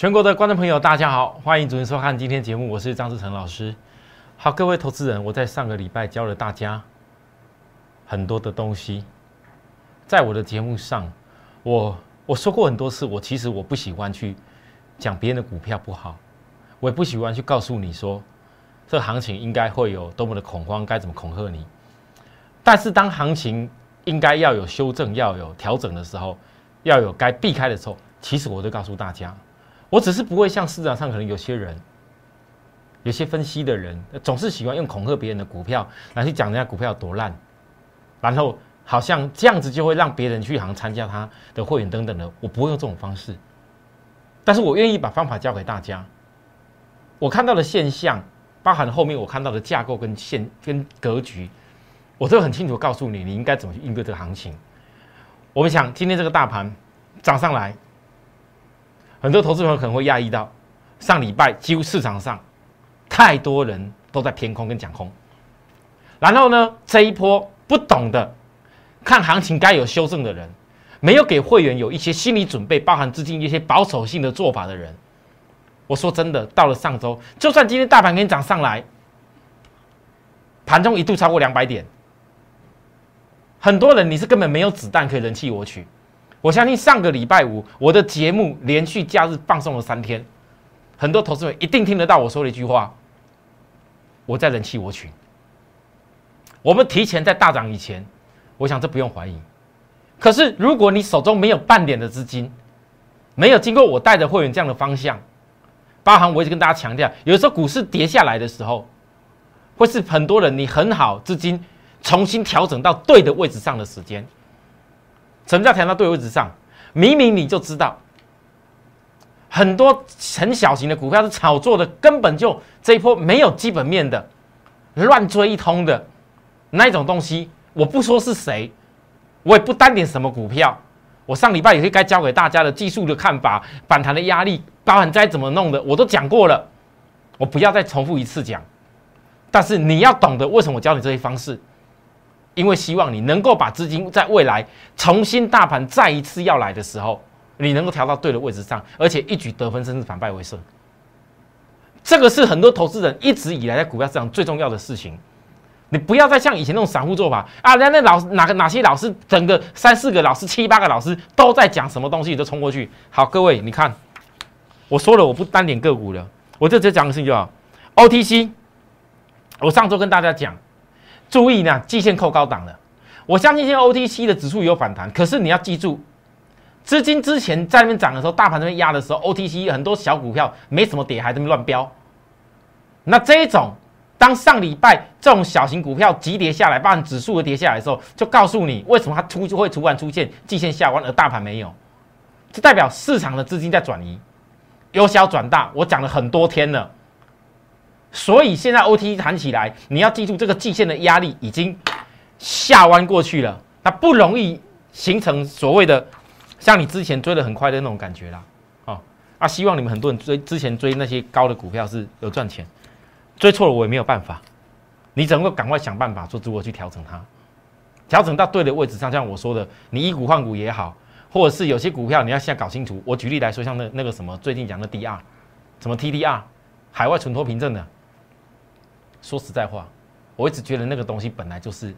全国的观众朋友，大家好，欢迎准时收看今天节目，我是张志成老师。好，各位投资人，我在上个礼拜教了大家很多的东西，在我的节目上，我说过很多次，其实我不喜欢去讲别人的股票不好，我也不喜欢去告诉你说这个行情应该会有多么的恐慌，该怎么恐吓你。但是当行情应该要有修正、要有调整的时候，要有该避开的时候，其实我都告诉大家。我只是不会像市场上可能有些人、有些分析的人，总是喜欢用恐吓别人的股票来去讲人家股票有多烂，然后好像这样子就会让别人去参加他的会员等等的。我不会用这种方式，但是我愿意把方法教给大家。我看到的现象，包含后面我看到的架构跟格局，我都很清楚告诉你，你应该怎么去应对这个行情。我们想今天这个大盘涨上来。很多投资朋友可能会讶异到，上礼拜几乎市场上太多人都在偏空跟讲空，然后呢，这一波不懂的看行情该有修正的人，没有给会员有一些心理准备，包含资金一些保守性的做法的人，我说真的，到了上周，就算今天大盘给你涨上来，盘中一度超过200点，很多人你是根本没有子弹可以人气我取。我相信上个礼拜五，我的节目连续假日放送了3天，很多投资人一定听得到我说的一句话：我在人气我取。我们提前在大涨以前，我想这不用怀疑。可是如果你手中没有半点的资金，没有经过我带的会员这样的方向，包含我一直跟大家强调，有的时候股市跌下来的时候，会是很多人你很好资金重新调整到对的位置上的时间。什么叫调到对的位置上？明明你就知道，很多很小型的股票是炒作的，根本就这一波没有基本面的，乱追一通的那一种东西。我不说是谁，我也不单点什么股票。我上礼拜也是该教给大家的技术的看法、反弹的压力，包含该怎么弄的，我都讲过了。我不要再重复一次讲。但是你要懂得为什么我教你这些方式。因为希望你能够把资金在未来重新大盘再一次要来的时候，你能够调到对的位置上，而且一举得分，甚至反败为胜。这个是很多投资人一直以来在股票市场最重要的事情。你不要再像以前那种散户做法啊，那哪些老师，整个3、4个老师、7、8个老师都在讲什么东西，你就冲过去。好，各位，你看，我说了，我不单点个股了，我就直接讲的事情就好。OTC， 我上周跟大家讲。注意呢，季线扣高档了。我相信现在 OTC 的指数有反弹，可是你要记住，资金之前在那边涨的时候，大盘那边压的时候 ，OTC 很多小股票没什么跌，还在那边乱飙。那这一种，当上礼拜这种小型股票急跌下来，包含指数的跌下来的时候，就告诉你为什么它会突然出现季线下弯，而大盘没有。这代表市场的资金在转移，由小转大。我讲了很多天了。所以现在 OTC 弹起来，你要记住这个季线的压力已经下弯过去了，它不容易形成所谓的像你之前追得很快的那种感觉啦。希望你们很多人之前追那些高的股票是有赚钱，追错了我也没有办法，你只能够赶快想办法做如何去调整它，调整到对的位置上。像我说的，你以股换股也好，或者是有些股票你要现在搞清楚。我举例来说，像那个什么最近讲的 DR， 什么 TDR， 海外存托凭证的。说实在话，我一直觉得那个东西本来就是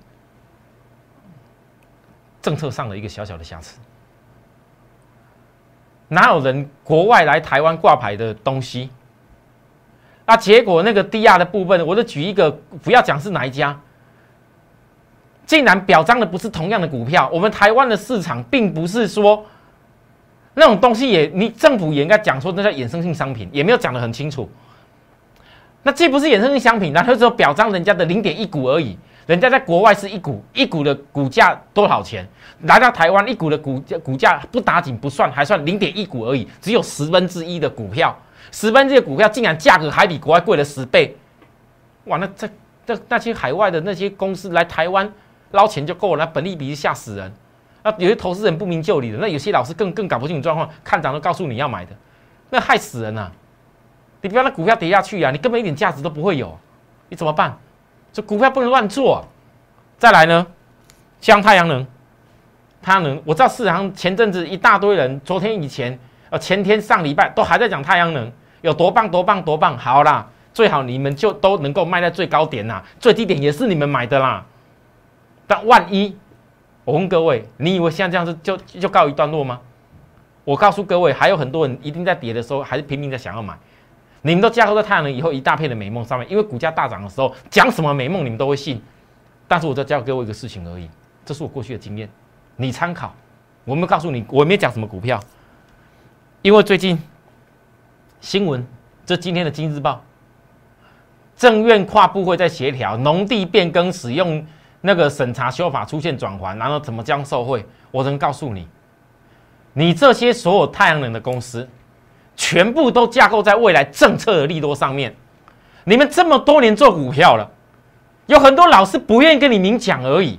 政策上的一个小小的瑕疵。哪有人国外来台湾挂牌的东西？那结果那个 DR 的部分，我就举一个，不要讲是哪一家，竟然表彰的不是同样的股票。我们台湾的市场并不是说那种东西你政府也应该讲说那叫衍生性商品，也没有讲得很清楚。那既不是衍生性商品，然后只有表彰人家的0.1股而已。人家在国外是一股的股价多少钱？来到台湾一股的股价不打紧不算，还算0.1股而已，只有1/10的股票，1/10的股票竟然价格还比国外贵了10倍。哇，那些海外的那些公司来台湾捞钱就够了，那本利比吓死人。那有些投资人不明就里的，那有些老师更搞不清楚状况，看涨都告诉你要买的，那害死人啊！你不要让股票跌下去啊！你根本一点价值都不会有，你怎么办？这股票不能乱做。再来呢，像太阳能，我知道市场上前阵子一大堆人，昨天以前前天上礼拜都还在讲太阳能有多棒多棒多棒，好啦，最好你们就都能够卖在最高点啦，最低点也是你们买的啦。但万一我问各位，你以为现在这样子就告一段落吗？我告诉各位，还有很多人一定在跌的时候还是拼命的想要买。你们都架构在太阳能以后一大片的美梦上面，因为股价大涨的时候讲什么美梦你们都会信。但是我在教各位一个事情而已，这是我过去的经验，你参考。我没有告诉你，我没有讲什么股票，因为最近新闻，这今天的《今日报》，政院跨部会在协调农地变更使用那个审查修法出现转圜，然后怎么将受惠？我能告诉你，你这些所有太阳能的公司，全部都架构在未来政策的利多上面。你们这么多年做股票了，有很多老师不愿意跟你明讲而已。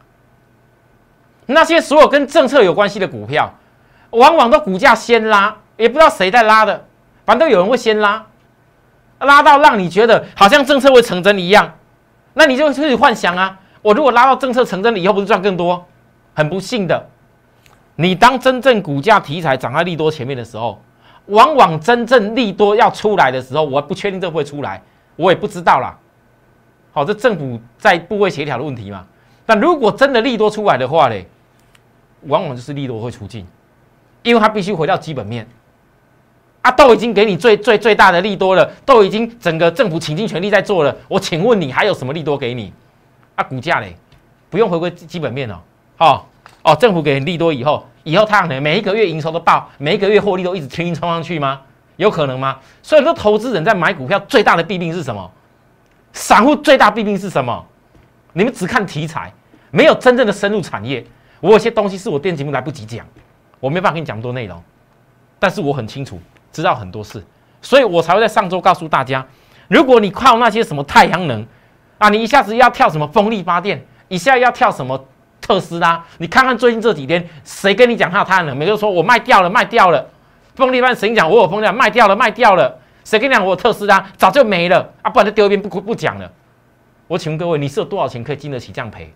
那些所有跟政策有关系的股票，往往都股价先拉，也不知道谁在拉的，反正有人会先拉，拉到让你觉得好像政策会成真一样，那你就去幻想啊，我如果拉到政策成真了以后，不是赚更多？很不幸的，你当真正股价题材涨在利多前面的时候，往往真正利多要出来的时候，我不确定这会不会出来，我也不知道啦。好，这政府在部位协调的问题嘛。但如果真的利多出来的话嘞，往往就是利多会出尽，因为它必须回到基本面。啊，都已经给你最大的利多了，都已经整个政府倾尽全力在做了。我请问你还有什么利多给你？啊，股价嘞，不用回归基本面哦。政府给你利多以后太阳能每一个月营收都爆，每一个月获利都一直冲上去吗？有可能吗？所以说，投资人在买股票最大的弊病是什么？散户最大弊病是什么？你们只看题材，没有真正的深入产业。我有些东西是我电节目来不及讲，我没办法跟你讲多内容，但是我很清楚知道很多事，所以我才会在上周告诉大家，如果你靠那些什么太阳能啊，你一下子要跳什么风力发电，一下要跳什么特斯拉，你看看最近这几天谁跟你讲他有太阳能？每个人说我卖掉了，风力发电谁讲我有风力卖掉了，谁跟你讲我有特斯拉早就没了啊？不然就丢一边不讲了。我请问各位，你是有多少钱可以经得起这样赔？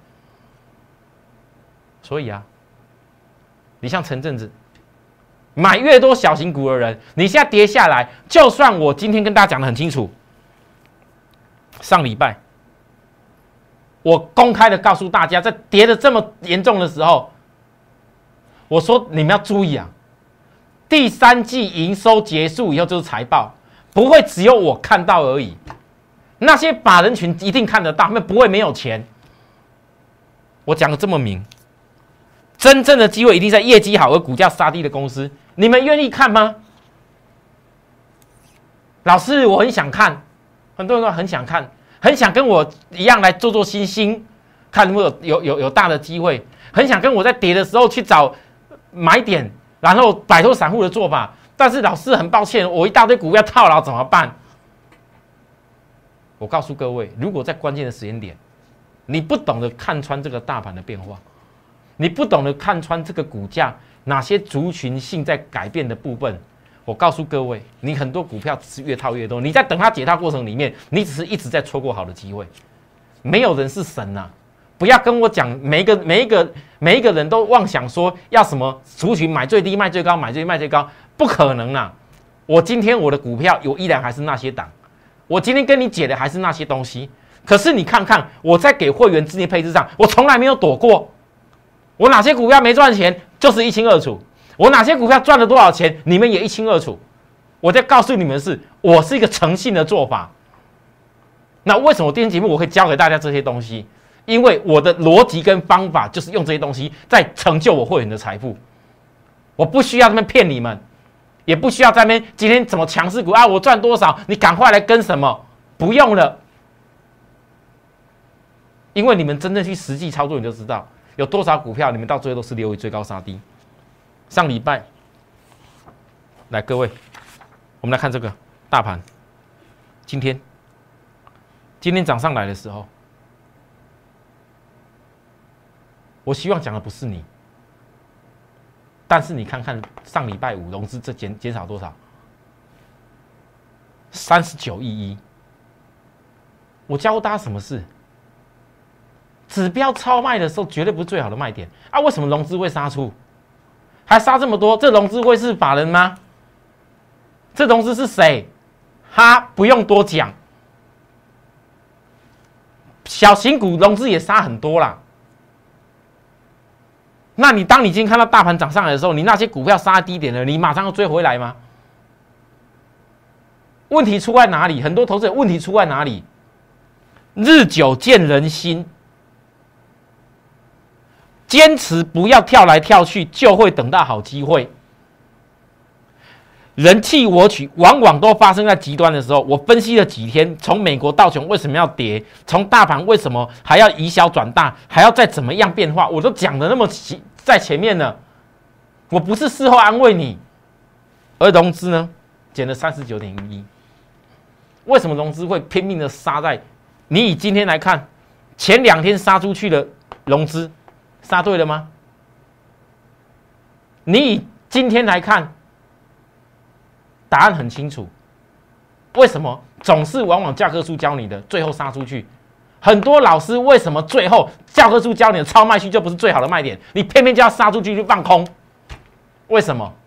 所以啊，你像前阵子买越多小型股的人，你现在跌下来，就算我今天跟大家讲得很清楚，上礼拜我公开的告诉大家，在跌得这么严重的时候，我说你们要注意啊，第三季营收结束以后就是财报，不会只有我看到而已，那些法人群一定看得到，他们不会没有钱。我讲的这么明。真正的机会一定在业绩好而股价杀低的公司，你们愿意看吗？老师，我很想看，很多人都很想看，很想跟我一样来做星星，看有没有大的机会，很想跟我在跌的时候去找买点，然后摆脱散户的做法。但是老师很抱歉，我一大堆股票套牢怎么办？我告诉各位，如果在关键的时间点，你不懂得看穿这个大盘的变化，你不懂得看穿这个股价哪些族群性在改变的部分，我告诉各位，你很多股票只是越套越多。你在等它解套过程里面，你只是一直在错过好的机会。没有人是神啊！不要跟我讲每一个人都妄想说要什么族群买最低卖最高，买最低卖最高，不可能啊！我今天我的股票依然还是那些档，我今天跟你解的还是那些东西。可是你看看我在给会员资金配置上，我从来没有躲过。我哪些股票没赚钱，就是一清二楚；我哪些股票赚了多少钱，你们也一清二楚。我在告诉你们的是，我是一个诚信的做法。那为什么今天节目我会教给大家这些东西？因为我的逻辑跟方法就是用这些东西在成就我会员的财富。我不需要在那边骗你们，也不需要在那边今天怎么强势股啊，我赚多少，你赶快来跟什么？不用了，因为你们真正去实际操作，你就知道。有多少股票，你们到最后都是留于追高杀低？上礼拜，来各位，我们来看这个大盘。今天涨上来的时候，我希望讲的不是你，但是你看看上礼拜五融资这减少多少？39亿1。我教大家什么事？指标超卖的时候，绝对不是最好的卖点啊！为什么融资会杀出？ 还杀这么多，这融资会是法人吗？这融资是谁？他不用多讲，小型股融资也杀很多啦。那当你今天看到大盘涨上来的时候，你那些股票杀低点了，你马上要追回来吗？问题出在哪里？很多投资者问题出在哪里？日久见人心，坚持不要跳来跳去，就会等到好机会。人弃我取，往往都发生在极端的时候。我分析了几天，从美国道琼为什么要跌，从大盘为什么还要以小转大，还要再怎么样变化，我都讲的那么在前面呢。我不是事后安慰你，而融资呢，减了39.11。为什么融资会拼命的杀在？你以今天来看，前2天杀出去的融资，杀对了吗？你以今天来看。答案很清楚，为什么总是往往教科书教你的，最后杀出去？很多老师为什么最后教科书教你的超卖区就不是最好的卖点？你偏偏就要杀出去去放空，为什么？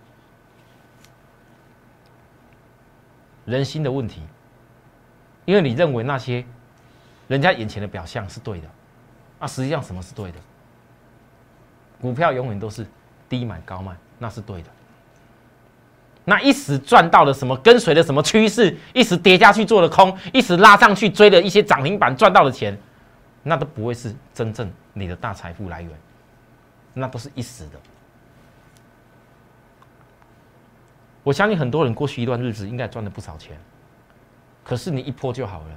人心的问题，因为你认为那些人家眼前的表象是对的，啊，实际上什么是对的？股票永远都是低买高卖，那是对的。那一时赚到了什么，跟随了什么趋势，一时跌下去做了空，一时拉上去追了一些涨停板赚到的钱，那都不会是真正你的大财富来源，那都是一时的。我相信很多人过去一段日子应该赚了不少钱，可是你一波就好了。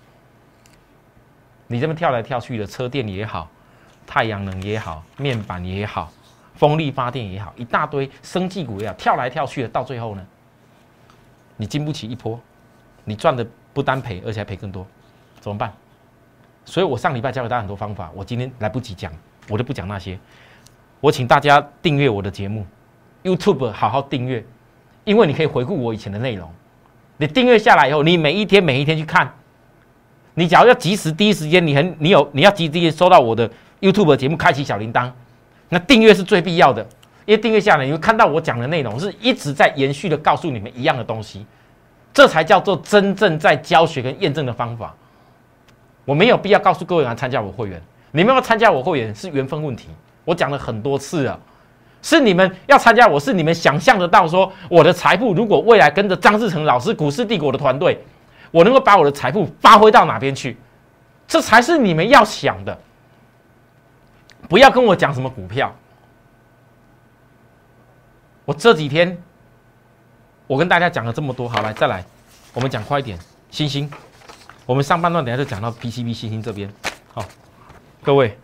你这么跳来跳去的车电也好，太阳能也好，面板也好。风力发电也好，一大堆生技股也好，跳来跳去的，到最后呢，你经不起一波，你赚的不单赔，而且还赔更多，怎么办？所以我上礼拜教给大家很多方法，我今天来不及讲，我就不讲那些。我请大家订阅我的节目 ，YouTube 好好订阅，因为你可以回顾我以前的内容。你订阅下来以后，你每一天去看，你假如要及时第一时间，你要及时收到我的 YouTube 的节目，开启小铃铛。那订阅是最必要的，因为订阅下来，你会看到我讲的内容是一直在延续的告诉你们一样的东西，这才叫做真正在教学跟验证的方法。我没有必要告诉各位来参加我会员，你们要参加我会员是缘分问题，我讲了很多次了，是你们要参加我，是你们想象得到说我的财富如果未来跟着张志成老师、股市帝国的团队，我能够把我的财富发挥到哪边去，这才是你们要想的。不要跟我讲什么股票，我这几天我跟大家讲了这么多，好，来再来，我们讲快一点。星星，我们上半段等一下就讲到 PCB 星星这边，好，各位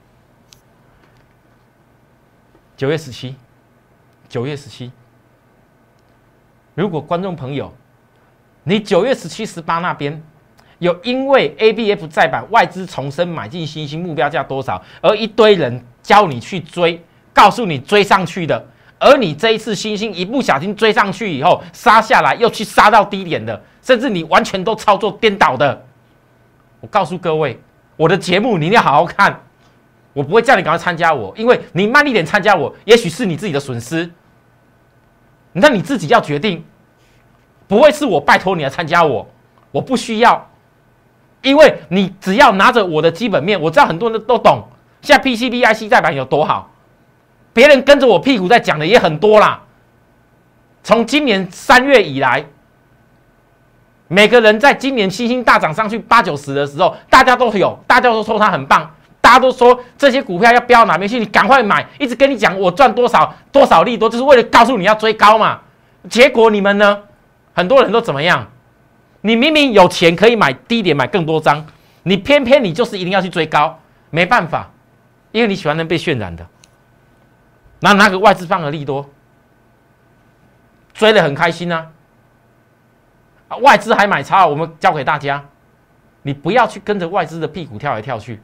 ，9月17，如果观众朋友，你9月17、18那边。有因为 ABF 再版外资重申买进星星目标价多少，而一堆人教你去追，告诉你追上去的，而你这一次星星一不小心追上去以后杀下来，又去杀到低点的，甚至你完全都操作颠倒的，我告诉各位，我的节目你一定要好好看，我不会叫你赶快参加我，因为你慢一点参加我，也许是你自己的损失，那你自己要决定，不会是我拜托你来参加我，我不需要。因为你只要拿着我的基本面，我知道很多人都懂，现在 PCB、IC 再版有多好，别人跟着我屁股在讲的也很多啦。从今年3月以来，每个人在今年星星大涨上去8、90的时候，大家都说它很棒，大家都说这些股票要飙到哪边去，你赶快买，一直跟你讲我赚多少利多，就是为了告诉你要追高嘛。结果你们呢，很多人都怎么样？你明明有钱可以买低点买更多张，你偏偏你就是一定要去追高，没办法，因为你喜欢能被渲染的。拿个外资放的利多，追得很开心啊！外资还买超，我们教给大家，你不要去跟着外资的屁股跳来跳去。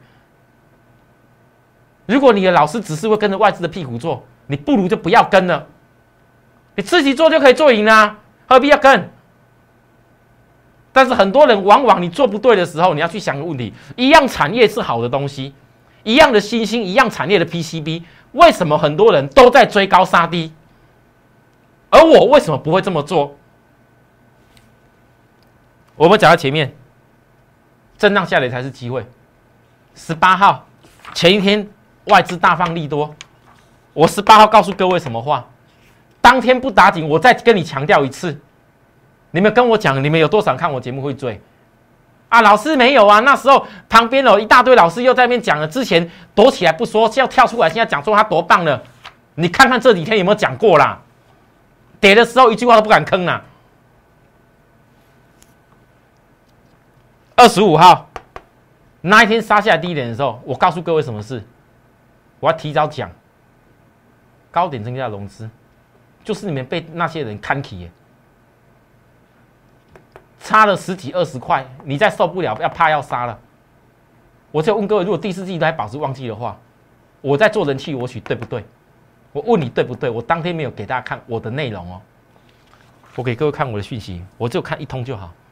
如果你的老师只是会跟着外资的屁股做，你不如就不要跟了，你自己做就可以做赢啊，何必要跟？但是很多人往往你做不对的时候，你要去想个问题：一样产业是好的东西，一样的新兴，一样产业的 PCB， 为什么很多人都在追高杀低，而我为什么不会这么做？我们讲到前面，震荡下来才是机会。18号前一天外资大放利多，我18号告诉各位什么话？当天不打紧，我再跟你强调一次。你们跟我讲，你们有多少人看我节目会追？啊，老师没有啊，那时候旁边一大堆老师又在那边讲了，之前躲起来不说，要跳出来，现在讲说他多棒了。你看看这几天有没有讲过啦？跌的时候一句话都不敢吭啦。25号那一天杀下来低点的时候，我告诉各位什么事？我要提早讲，高点增加融资，就是你们被那些人看起，差了10几20块，你再受不了，要杀了。我就问各位，如果第四季都还保持旺季的话，我在做人气我取对不对？我问你对不对？我当天没有给大家看我的内容哦，我给各位看我的讯息，我就看一通就好。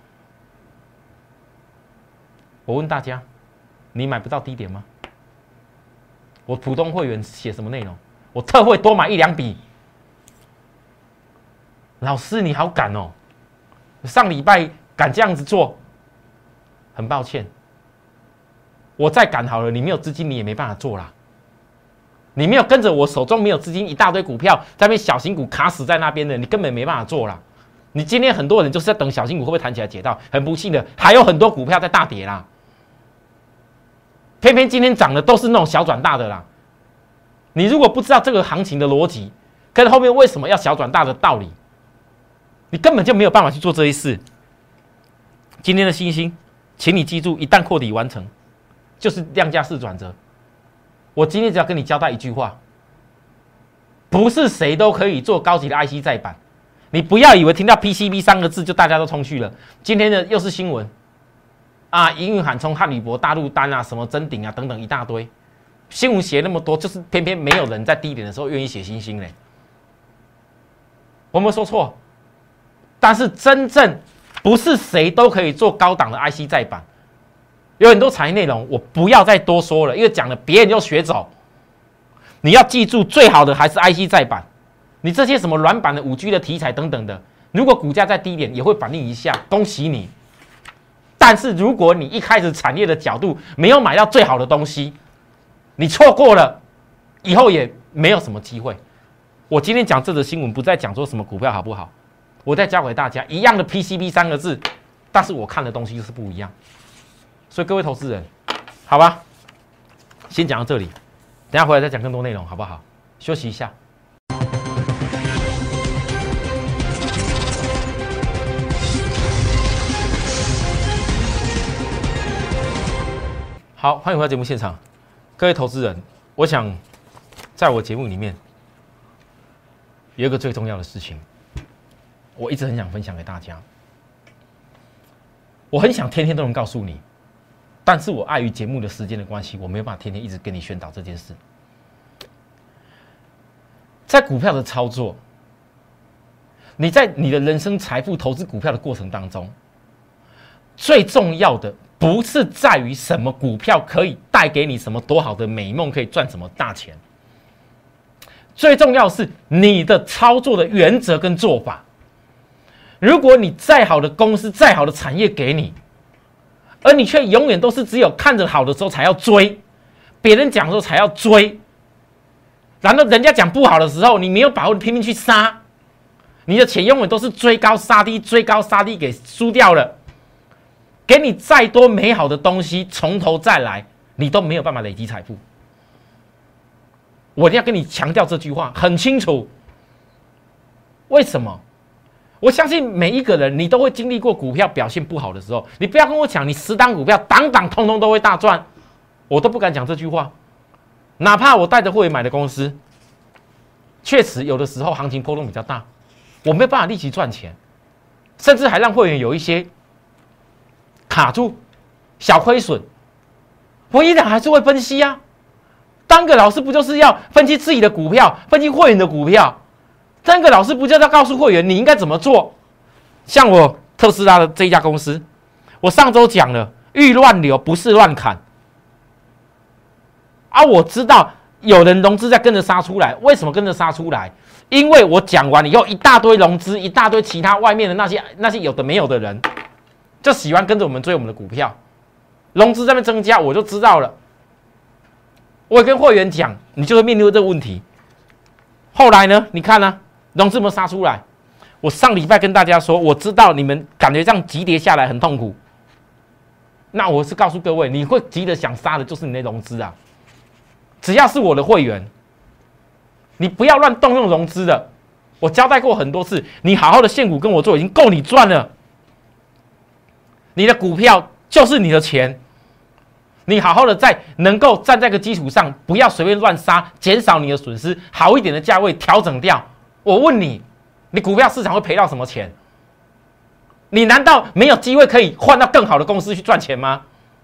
我问大家，你买不到低点吗？我普通会员写什么内容？我特惠多买1、2笔。老师你好敢哦！上礼拜敢这样子做，很抱歉，我再敢好了，你没有资金你也没办法做啦。你没有跟着我，手中没有资金，一大堆股票在那边小型股卡死在那边的，你根本没办法做啦。你今天很多人就是在等小型股会不会弹起来解到，很不幸的还有很多股票在大跌啦。偏偏今天涨的都是那种小转大的啦。你如果不知道这个行情的逻辑，跟后面为什么要小转大的道理，你根本就没有办法去做这些事。今天的星星，请你记住，一旦扩底完成，就是量价式转折。我今天只要跟你交代一句话：不是谁都可以做高级的 IC 载板。你不要以为听到 PCB 3个字就大家都冲去了。今天的又是新闻啊，营运喊冲汉语博大陆单啊，什么真鼎啊等等一大堆。新闻写那么多，就是偏偏没有人在低点的时候愿意写星星嘞。我没有说错，但是真正不是谁都可以做高档的 IC 载板。有很多产业内容，我不要再多说了，因为讲了别人就学走。你要记住，最好的还是 IC 载板。你这些什么软板的5G 的题材等等的，如果股价在低点也会反映一下，恭喜你。但是如果你一开始产业的角度没有买到最好的东西，你错过了，以后也没有什么机会。我今天讲这则新闻，不再讲说什么股票好不好，我再教给大家一样的 PCB 3个字，但是我看的东西就是不一样。所以各位投资人，好吧，先讲到这里，等一下回来再讲更多内容，好不好？休息一下。好，欢迎回到节目现场，各位投资人，我想在我节目里面有一个最重要的事情，我一直很想分享给大家，我很想天天都能告诉你。但是我碍于节目的时间的关系，我没有办法天天一直跟你宣导这件事。在股票的操作，你在你的人生财富投资股票的过程当中，最重要的不是在于什么股票可以带给你什么多好的美梦，可以赚什么大钱。最重要的是你的操作的原则跟做法。如果你再好的公司、再好的产业给你，而你却永远都是只有看着好的时候才要追，别人讲的时候才要追，然后人家讲不好的时候，你没有把握拼命去杀，你的钱永远都是追高杀低，追高杀低给输掉了。给你再多美好的东西，从头再来，你都没有办法累积财富。我一定要跟你强调这句话，很清楚。为什么？我相信每一个人，你都会经历过股票表现不好的时候。你不要跟我讲，你10档股票，档档通通都会大赚，我都不敢讲这句话。哪怕我带着会员买的公司，确实有的时候行情波动比较大，我没有办法立即赚钱，甚至还让会员有一些卡住、小亏损。我依然还是会分析啊。当个老师不就是要分析自己的股票，分析会员的股票？当个老师不就是要告诉会员你应该怎么做？像我特斯拉的这一家公司，我上周讲了，欲乱流不是乱砍啊。我知道有人融资在跟着杀出来，为什么跟着杀出来？因为我讲完以后，一大堆融资，一大堆其他外面的那些有的没有的人，就喜欢跟着我们追我们的股票，融资在那边增加，我就知道了。我也跟会员讲，你就会面对这个问题。后来呢，你看呢，融资有没有杀出来？我上礼拜跟大家说，我知道你们感觉这样急跌下来很痛苦，那我是告诉各位，你会急着想杀的就是你的融资啊。只要是我的会员，你不要乱动用融资的。我交代过很多次，你好好的现股跟我做，已经够你赚了。你的股票就是你的钱，你好好的能够站在这个基础上，不要随便乱杀，减少你的损失，好一点的价位调整掉。我问你，你股票市场会赔到什么钱？你难道没有机会可以换到更好的公司去赚钱吗？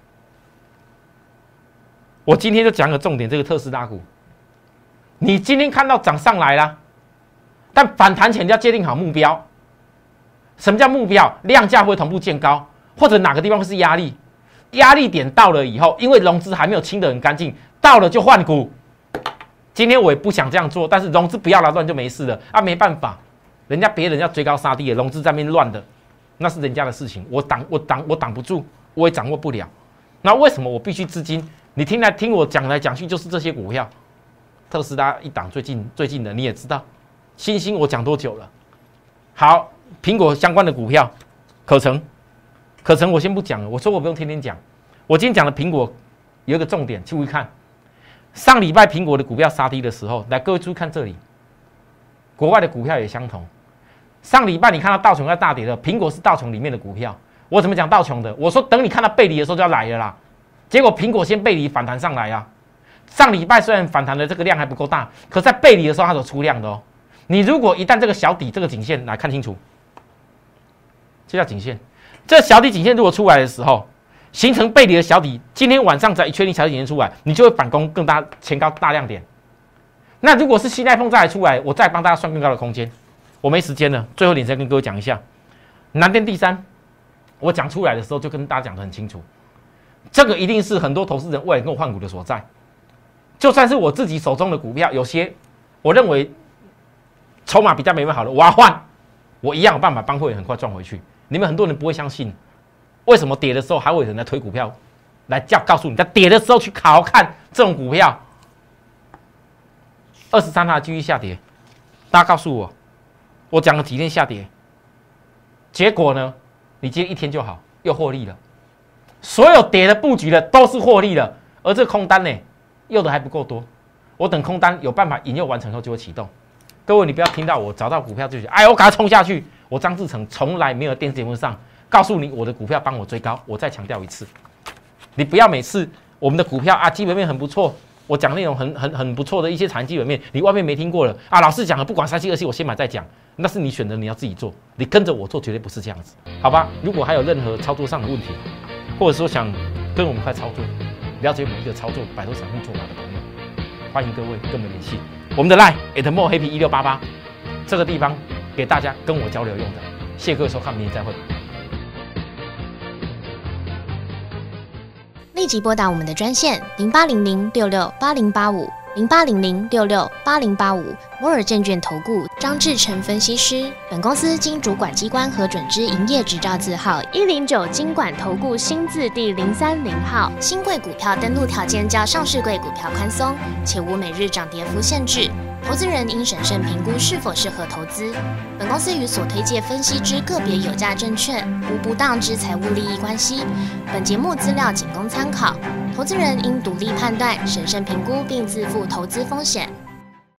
我今天就讲个重点，这个特斯拉股，你今天看到涨上来啦，但反弹前要界定好目标。什么叫目标？量价会同步见高，或者哪个地方会是压力？压力点到了以后，因为融资还没有清得很干净，到了就换股。今天我也不想这样做，但是融资不要来乱就没事了啊，没办法，别人要追高杀低的，融资在那边乱的，那是人家的事情，我挡不住，我也掌握不了。那为什么我必须资金？你听我讲来讲去就是这些股票，特斯拉一档最近的你也知道，新兴我讲多久了？好，苹果相关的股票，可成我先不讲了，我说我不用天天讲，我今天讲的苹果有一个重点，注意看，上礼拜苹果的股票杀低的时候，来各位注意看这里，国外的股票也相同。上礼拜你看到道琼在大跌的，苹果是道琼里面的股票，我怎么讲道琼的？我说等你看到背离的时候就要来了啦。结果苹果先背离反弹上来啊！上礼拜虽然反弹的这个量还不够大，可在背离的时候它有出量的哦。你如果一旦这个小底这个颈线来看清楚，这叫颈线。这小底颈线如果出来的时候，形成背离的小底，今天晚上再确定小底颈线出来，你就会反攻更大前高大量点。那如果是新iPhone再来出来，我再帮大家算更高的空间。我没时间了，最后一点再跟各位讲一下，南电第三，我讲出来的时候就跟大家讲得很清楚。这个一定是很多投资人未来跟我换股的所在。就算是我自己手中的股票，有些我认为筹码比较没那么好的，我要换，我一样有办法帮会员很快赚回去。你们很多人不会相信，为什么跌的时候还会有人来推股票，来告诉你，在跌的时候去好好看这种股票。23它继续下跌，大家告诉我讲了几天下跌，结果呢？你今天一天就好，又获利了。所有跌的布局的都是获利的，而这空单呢，诱的还不够多。我等空单有办法引诱完成后就会启动。各位，你不要听到我找到股票就觉得，哎，我赶快冲下去。我张志成从来没有电视节目上告诉你我的股票帮我追高。我再强调一次，你不要每次我们的股票啊基本面很不错，我讲那种很不错的一些产业基本面，你外面没听过了啊。老师讲了，不管3727，我先买再讲，那是你选择，你要自己做，你跟着我做绝对不是这样子，好吧？如果还有任何操作上的问题，或者说想跟我们快操作，了解我们一个操作摆脱散户做法的朋友，欢迎各位跟我们联系。我们的 LINE @morehappy1688 这个地方给大家跟我交流用的。谢谢各位收看，明天再会。 立即拨打我们的专线0800668085。0800668085，摩尔证券投顾张志成分析师。本公司经主管机关核准之营业执照字号109金管投顾新字第030号。新贵股票登录条件较上市贵股票宽松，且无每日涨跌幅限制。投资人应审慎评估是否适合投资。本公司与所推介分析之个别有价证券无不当之财务利益关系。本节目资料仅供参考，投资人应独立判断、审慎评估并自负投资风险。